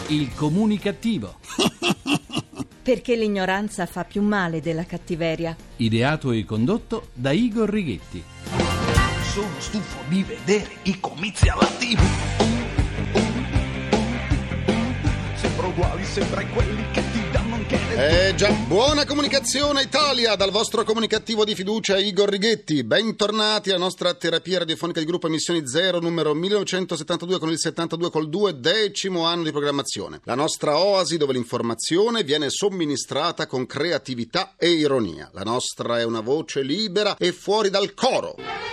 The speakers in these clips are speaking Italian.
Il comunicativo. Perché l'ignoranza fa più male della cattiveria. Ideato e condotto da Igor Righetti. Sono stufo di vedere i comizi alla TV. Sembra uguali, sembra quelli che ti danno anche le... già, buona comunicazione Italia dal vostro comunicativo di fiducia Igor Righetti. Bentornati alla nostra terapia radiofonica di gruppo Emissioni Zero numero 1972 con il 72 col 10° anno di programmazione. La nostra oasi dove l'informazione viene somministrata con creatività e ironia. La nostra è una voce libera e fuori dal coro.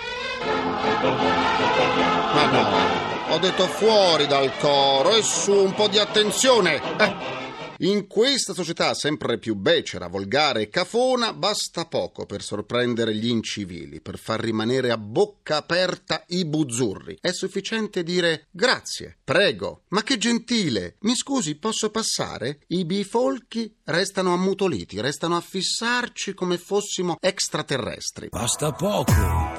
Ma no, ho detto fuori dal coro e su un po' di attenzione. In questa società sempre più becera, volgare e cafona, basta poco per sorprendere gli incivili, per far rimanere a bocca aperta i buzzurri. È sufficiente dire grazie, prego, ma che gentile, mi scusi, posso passare? I bifolchi restano ammutoliti, restano a fissarci come fossimo extraterrestri. Basta poco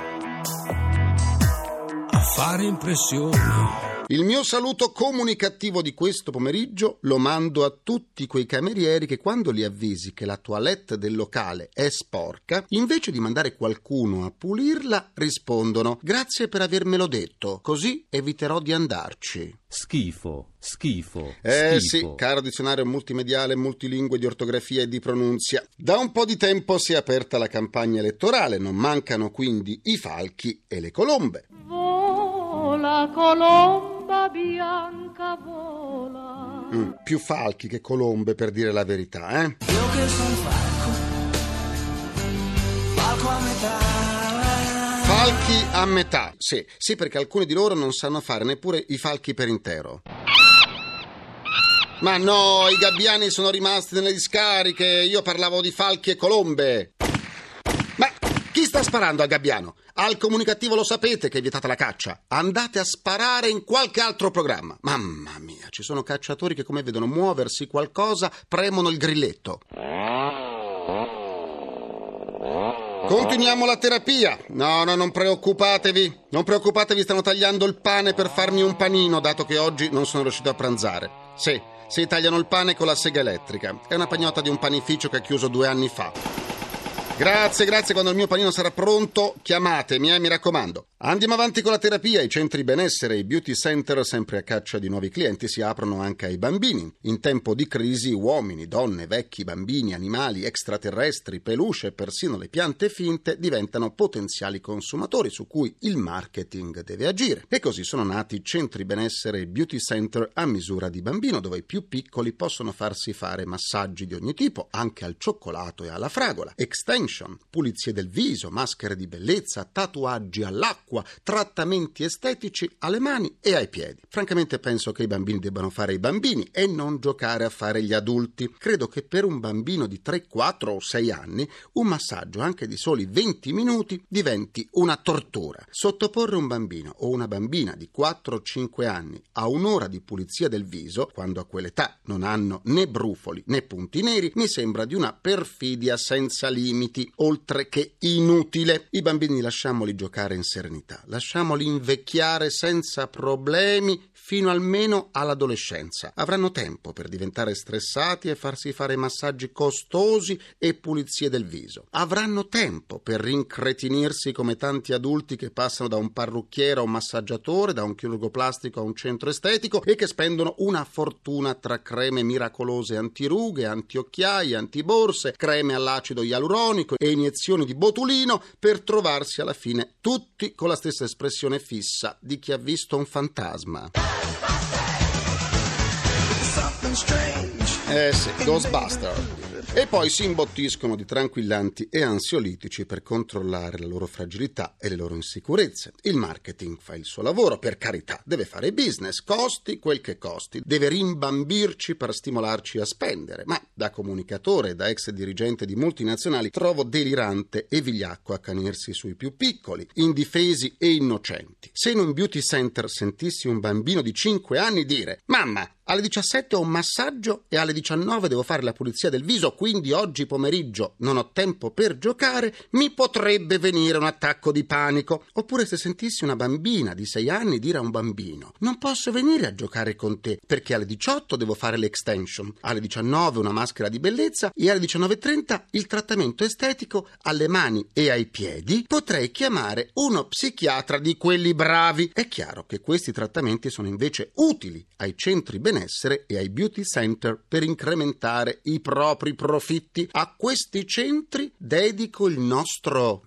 a fare impressione. Il mio saluto comunicativo di questo pomeriggio lo mando a tutti quei camerieri che quando li avvisi che la toilette del locale è sporca, invece di mandare qualcuno a pulirla, rispondono «Grazie per avermelo detto, così eviterò di andarci». Schifo. Schifo. Sì, caro dizionario multimediale, multilingue di ortografia e di pronunzia. Da un po' di tempo si è aperta la campagna elettorale, non mancano quindi i falchi e le colombe. Vola colomba bianca, vola. Più falchi che colombe, per dire la verità, Io che sono falco a metà. Falchi a metà, sì, perché alcuni di loro non sanno fare neppure i falchi per intero. Ma no, i gabbiani sono rimasti nelle discariche, io parlavo di falchi e colombe. Ma chi sta sparando al gabbiano? Al comunicativo lo sapete che è vietata la caccia. Andate a sparare in qualche altro programma. Mamma mia, ci sono cacciatori che come vedono muoversi qualcosa premono il grilletto. Continuiamo la terapia. No, non preoccupatevi. Non preoccupatevi, stanno tagliando il pane per farmi un panino, dato che oggi non sono riuscito a pranzare. Sì, tagliano il pane con la sega elettrica. È una pagnotta di un panificio che ha chiuso 2 anni fa. Grazie, quando il mio panino sarà pronto chiamatemi, mi raccomando. Andiamo avanti con la terapia, i centri benessere e i beauty center sempre a caccia di nuovi clienti si aprono anche ai bambini. In tempo di crisi uomini, donne, vecchi, bambini, animali, extraterrestri, peluche e persino le piante finte diventano potenziali consumatori su cui il marketing deve agire. E così sono nati centri benessere e beauty center a misura di bambino dove i più piccoli possono farsi fare massaggi di ogni tipo, anche al cioccolato e alla fragola. Extension, pulizie del viso, maschere di bellezza, tatuaggi all'acqua, trattamenti estetici alle mani e ai piedi. Francamente penso che i bambini debbano fare i bambini e non giocare a fare gli adulti. Credo che per un bambino di 3, 4 o 6 anni un massaggio anche di soli 20 minuti diventi una tortura. Sottoporre un bambino o una bambina di 4 o 5 anni a un'ora di pulizia del viso, quando a quell'età non hanno né brufoli né punti neri, mi sembra di una perfidia senza limiti, oltre che inutile. I bambini lasciamoli giocare in serenità. Lasciamoli invecchiare senza problemi fino almeno all'adolescenza. Avranno tempo per diventare stressati e farsi fare massaggi costosi e pulizie del viso. Avranno tempo per rincretinirsi come tanti adulti che passano da un parrucchiere a un massaggiatore, da un chirurgo plastico a un centro estetico e che spendono una fortuna tra creme miracolose antirughe, antiocchiaie, antiborse, creme all'acido ialuronico e iniezioni di botulino per trovarsi alla fine tutti con la stessa espressione fissa di chi ha visto un fantasma. Ghostbuster. E poi si imbottiscono di tranquillanti e ansiolitici per controllare la loro fragilità e le loro insicurezze. Il marketing fa il suo lavoro, per carità, deve fare business, costi quel che costi, deve rimbambirci per stimolarci a spendere, ma da comunicatore e da ex dirigente di multinazionali trovo delirante e vigliacco accanirsi sui più piccoli, indifesi e innocenti. Se in un beauty center sentissi un bambino di 5 anni dire «Mamma, Alle 17 ho un massaggio e alle 19 devo fare la pulizia del viso, quindi oggi pomeriggio non ho tempo per giocare, mi potrebbe venire un attacco di panico. Oppure se sentissi una bambina di 6 anni dire a un bambino: non posso venire a giocare con te perché alle 18 devo fare l'extension, alle 19 una maschera di bellezza e alle 19:30 il trattamento estetico alle mani e ai piedi, potrei chiamare uno psichiatra di quelli bravi. È chiaro che questi trattamenti sono invece utili ai centri benessere e ai beauty center per incrementare i propri profitti. A questi centri dedico il nostro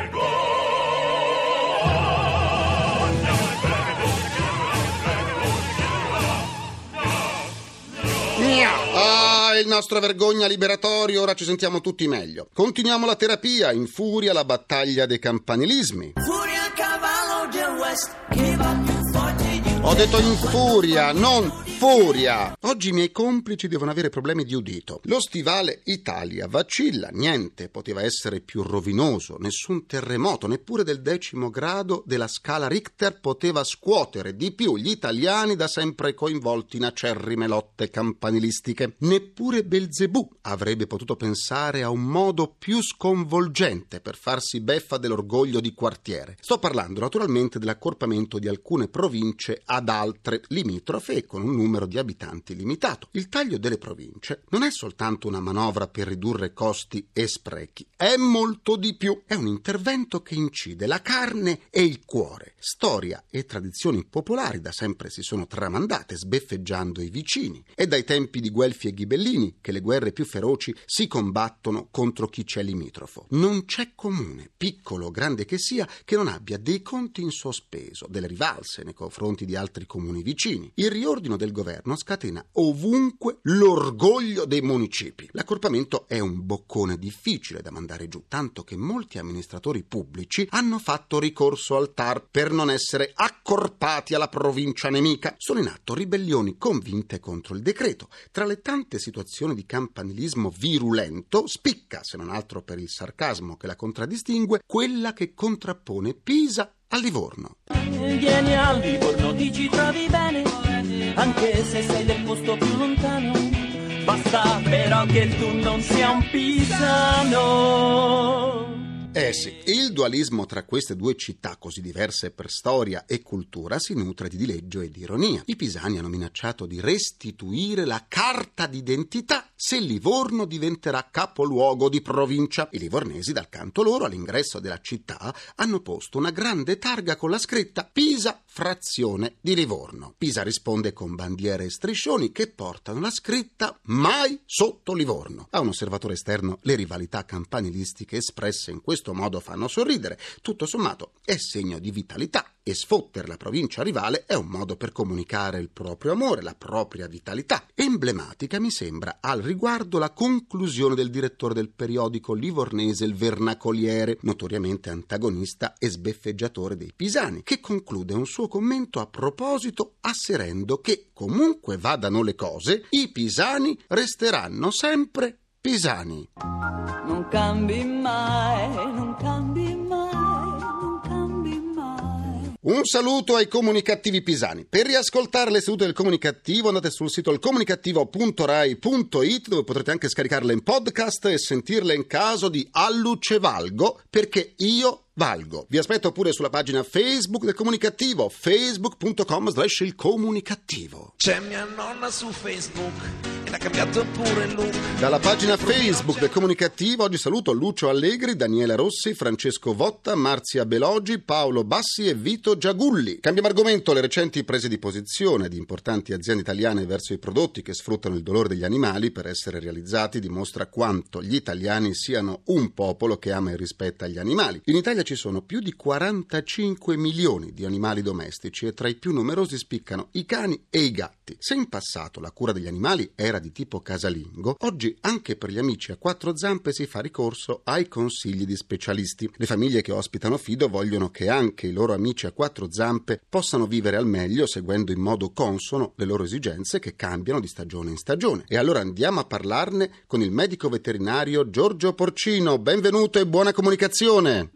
il nostro vergogna liberatorio. Ora ci sentiamo tutti meglio. Continuiamo la terapia. In furia la battaglia dei campanilismi. Furia cavallo del West, che va più forte di Ho detto in furia, non furia. Oggi i miei complici devono avere problemi di udito. Lo stivale Italia vacilla, niente poteva essere più rovinoso, nessun terremoto, neppure del 10° grado della scala Richter poteva scuotere di più gli italiani da sempre coinvolti in acerrime lotte campanilistiche. Neppure Belzebù avrebbe potuto pensare a un modo più sconvolgente per farsi beffa dell'orgoglio di quartiere. Sto parlando naturalmente dell'accorpamento di alcune province ad altre limitrofe e con un numero di abitanti limitato. Il taglio delle province non è soltanto una manovra per ridurre costi e sprechi, è molto di più. È un intervento che incide la carne e il cuore. Storia e tradizioni popolari da sempre si sono tramandate sbeffeggiando i vicini. È dai tempi di Guelfi e Ghibellini che le guerre più feroci si combattono contro chi c'è limitrofo. Non c'è comune, piccolo o grande che sia, che non abbia dei conti in sospeso, delle rivalse nei confronti di altri comuni vicini. Il riordino del governo scatena ovunque l'orgoglio dei municipi. L'accorpamento è un boccone difficile da mandare giù, tanto che molti amministratori pubblici hanno fatto ricorso al TAR per non essere accorpati alla provincia nemica. Sono in atto ribellioni convinte contro il decreto. Tra le tante situazioni di campanilismo virulento spicca, se non altro per il sarcasmo che la contraddistingue, quella che contrappone Pisa a Livorno. Vieni a Livorno, ti ci trovi bene, anche se sei del posto più lontano. Basta però che tu non sia un pisano. Sì, il dualismo tra queste due città così diverse per storia e cultura si nutre di dileggio e di ironia. I pisani hanno minacciato di restituire la carta d'identità se Livorno diventerà capoluogo di provincia. I livornesi, dal canto loro, all'ingresso della città hanno posto una grande targa con la scritta Pisa, frazione di Livorno. Pisa risponde con bandiere e striscioni che portano la scritta Mai sotto Livorno. A un osservatore esterno le rivalità campanilistiche espresse in questo modo fanno sorridere. Tutto sommato è segno di vitalità e sfottere la provincia rivale è un modo per comunicare il proprio amore, la propria vitalità. Emblematica mi sembra al riguardo la conclusione del direttore del periodico livornese Il Vernacoliere, notoriamente antagonista e sbeffeggiatore dei pisani, che conclude un suo commento a proposito asserendo che comunque vadano le cose, i pisani resteranno sempre pisani. Non cambi mai, non cambi mai, non cambi mai. Un saluto ai comunicativi pisani. Per riascoltare le sedute del Comunicativo andate sul sito ilcomunicativo.rai.it, dove potrete anche scaricarle in podcast e sentirle in caso di Alluce Valgo, perché io valgo. Vi aspetto pure sulla pagina Facebook del Comunicativo, facebook.com/ilcomunicativo. C'è mia nonna su Facebook e l'ha cambiato pure il look. Dalla pagina Facebook del Comunicativo oggi saluto Lucio Allegri, Daniela Rossi, Francesco Votta, Marzia Belogi, Paolo Bassi e Vito Giagulli. Cambiamo argomento. Le recenti prese di posizione di importanti aziende italiane verso i prodotti che sfruttano il dolore degli animali per essere realizzati dimostra quanto gli italiani siano un popolo che ama e rispetta gli animali. In Italia ci sono più di 45 milioni di animali domestici e tra i più numerosi spiccano i cani e i gatti. Se in passato la cura degli animali era di tipo casalingo, oggi anche per gli amici a quattro zampe si fa ricorso ai consigli di specialisti. Le famiglie che ospitano Fido vogliono che anche i loro amici a quattro zampe possano vivere al meglio seguendo in modo consono le loro esigenze che cambiano di stagione in stagione. E allora andiamo a parlarne con il medico veterinario Giorgio Porcino. Benvenuto e buona comunicazione. Buona comunicazione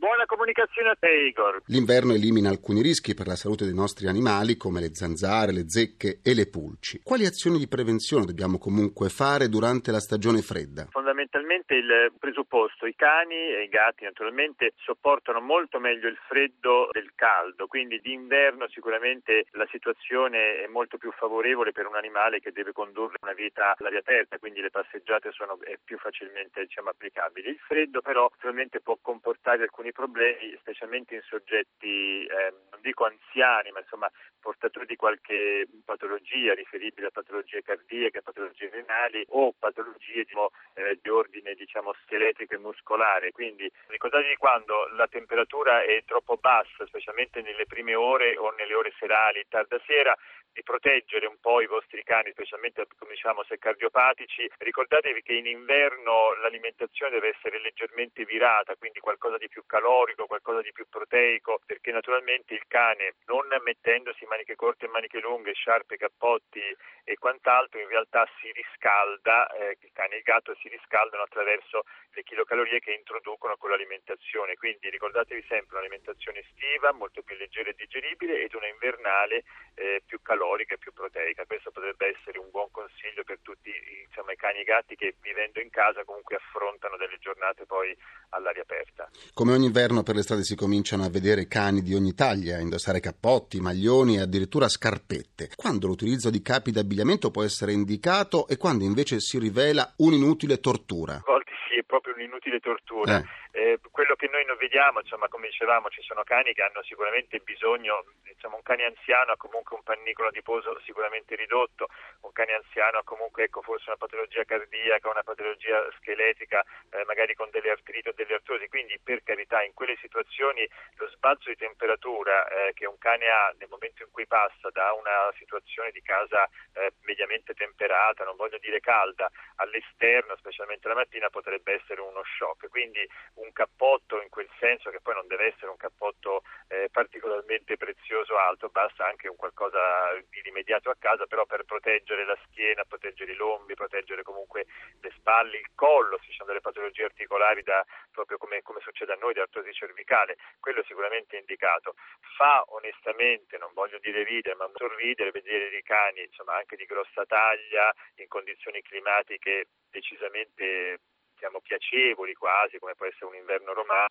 comunicazione a te, Igor. L'inverno elimina alcuni rischi per la salute dei nostri animali, come le zanzare, le zecche e le pulci. Quali azioni di prevenzione dobbiamo comunque fare durante la stagione fredda? Fondamentalmente il presupposto, i cani e i gatti naturalmente sopportano molto meglio il freddo del caldo, quindi d'inverno sicuramente la situazione è molto più favorevole per un animale che deve condurre una vita all'aria aperta, quindi le passeggiate sono più facilmente applicabili. Il freddo però naturalmente può comportare alcuni problemi, specialmente in soggetti non dico anziani, ma insomma portatori di qualche patologia riferibile a patologie cardiache, patologie renali o patologie di ordine scheletrico e muscolare. Quindi ricordatevi, quando la temperatura è troppo bassa, specialmente nelle prime ore o nelle ore serali, tarda sera, di proteggere un po' i vostri cani, specialmente come diciamo se cardiopatici. Ricordatevi che in inverno l'alimentazione deve essere leggermente virata, quindi qualcosa di più calorico, qualcosa di più proteico, perché naturalmente il cane, non mettendosi maniche corte e maniche lunghe, sciarpe, cappotti e quant'altro, in realtà si riscalda, il cane e il gatto si riscaldano attraverso le chilocalorie che introducono con l'alimentazione. Quindi ricordatevi sempre un'alimentazione estiva molto più leggera e digeribile ed una invernale più calorica e più proteica. Questo potrebbe essere un buon consiglio per tutti i cani e i gatti che, vivendo in casa, comunque affrontano delle giornate poi all'aria aperta. Come ogni inverno per le strade si cominciano a vedere cani di ogni taglia, indossare cappotti, maglioni e addirittura scarpette. Quando l'utilizzo di capi d'abbigliamento può essere indicato e quando invece si rivela un'inutile tortura? A volte sì, è proprio un'inutile tortura. Quello che noi non vediamo, come dicevamo, ci sono cani che hanno sicuramente bisogno, un cane anziano ha comunque un pannicolo adiposo sicuramente ridotto, un cane anziano ha comunque forse una patologia cardiaca, una patologia scheletrica, magari con delle artriti o delle artrosi, quindi per carità in quelle situazioni lo sbalzo di temperatura che un cane ha nel momento in cui passa da una situazione di casa mediamente temperata, non voglio dire calda, all'esterno, specialmente la mattina, potrebbe essere uno shock. Quindi un cappotto, in quel senso che poi non deve essere un cappotto particolarmente prezioso alto, basta anche un qualcosa di immediato a casa, però per proteggere la schiena, proteggere i lombi, proteggere comunque le spalle, il collo, se ci sono delle patologie articolari proprio come succede a noi, di artrosi cervicale, quello sicuramente è indicato. Fa onestamente, non voglio dire ridere, ma sorridere vedere dei cani anche di grossa taglia in condizioni climatiche decisamente piacevoli quasi, come può essere un inverno romano,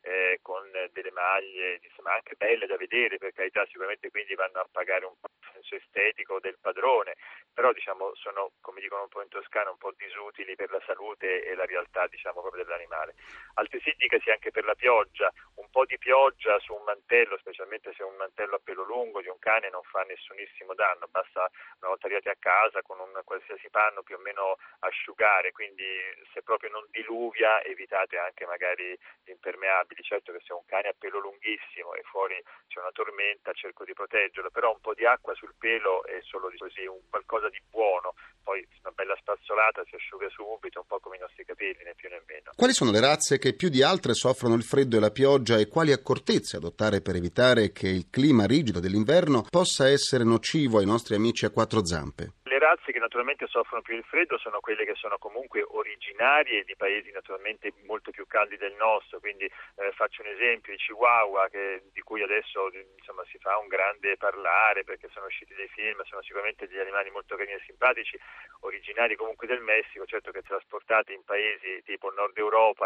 con delle maglie anche belle da vedere, per carità, sicuramente quindi vanno a pagare un po' il senso estetico del padrone, però sono, come dicono un po' in Toscana, un po' disutili per la salute e la realtà proprio dell'animale. Altresì dicasi anche per la pioggia, un po' di pioggia su un mantello, specialmente se è un mantello a pelo lungo di un cane, non fa nessunissimo danno, basta una volta arrivati a casa con un qualsiasi panno più o meno asciugare, quindi se proprio non diluvia evitate anche magari gli impermeabili. Certo che se un cane ha pelo lunghissimo e fuori c'è una tormenta cerco di proteggerlo, però un po' di acqua sul pelo è solo così, un qualcosa di buono, poi una bella spazzolata si asciuga subito, un po' come i nostri capelli, né più né meno. Quali sono le razze che più di altre soffrono il freddo e la pioggia e quali accortezze adottare per evitare che il clima rigido dell'inverno possa essere nocivo ai nostri amici a quattro zampe? Le razze che naturalmente soffrono più il freddo sono quelle che sono comunque originarie di paesi naturalmente molto più caldi del nostro, quindi faccio un esempio, i Chihuahua, di cui adesso si fa un grande parlare perché sono usciti dei film, sono sicuramente degli animali molto carini e simpatici, originari comunque del Messico, certo che trasportati in paesi tipo Nord Europa,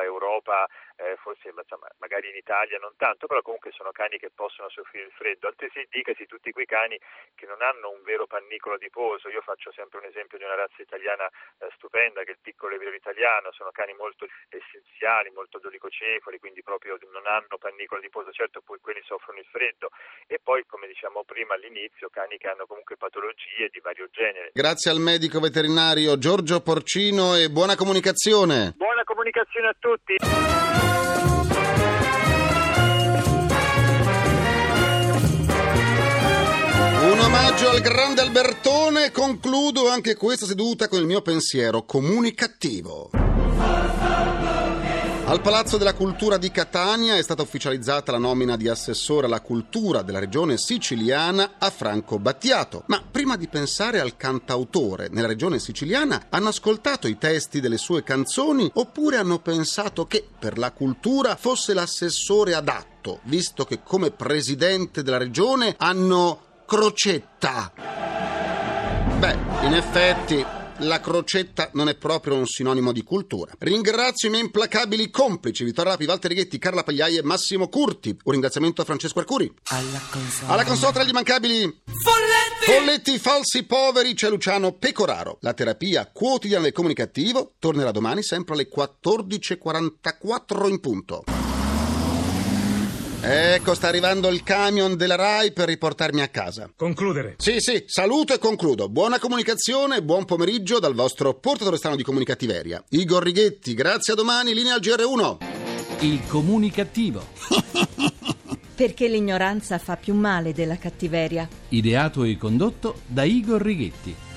forse magari in Italia non tanto, però comunque sono cani che possono soffrire il freddo. Altresì dicasi tutti quei cani che non hanno un vero pannicolo adiposo. Io faccio sempre un esempio di una razza italiana stupenda, che è il piccolo evriero italiano, sono cani molto essenziali, molto dolicocefali, quindi proprio non hanno pannicolo adiposo, certo poi quelli soffrono il freddo, e poi come diciamo prima all'inizio cani che hanno comunque patologie di vario genere. Grazie al medico veterinario Giorgio Porcino e buona comunicazione. Buona comunicazione a tutti. Un omaggio al grande Albertone, concludo anche questa seduta con il mio pensiero comunicativo. Al Palazzo della Cultura di Catania è stata ufficializzata la nomina di assessore alla cultura della regione siciliana a Franco Battiato. Ma prima di pensare al cantautore nella regione siciliana, hanno ascoltato i testi delle sue canzoni oppure hanno pensato che per la cultura fosse l'assessore adatto, visto che come presidente della regione hanno Crocetta? Beh, in effetti la Crocetta non è proprio un sinonimo di cultura. Ringrazio i miei implacabili complici Vittorio Lapi, Walter Righetti, Carla Pagliai e Massimo Curti. Un ringraziamento a Francesco Arcuri. Alla console tra gli immancabili Folletti falsi poveri c'è Luciano Pecoraro. La terapia quotidiana del comunicativo tornerà domani sempre alle 14.44 in punto. Ecco, sta arrivando il camion della Rai per riportarmi a casa. Concludere. Sì, saluto e concludo. Buona comunicazione, buon pomeriggio dal vostro portatore strano di comunicativeria, Igor Righetti. Grazie, a domani, linea al GR1. Il comunicativo. Perché l'ignoranza fa più male della cattiveria. Ideato e condotto da Igor Righetti.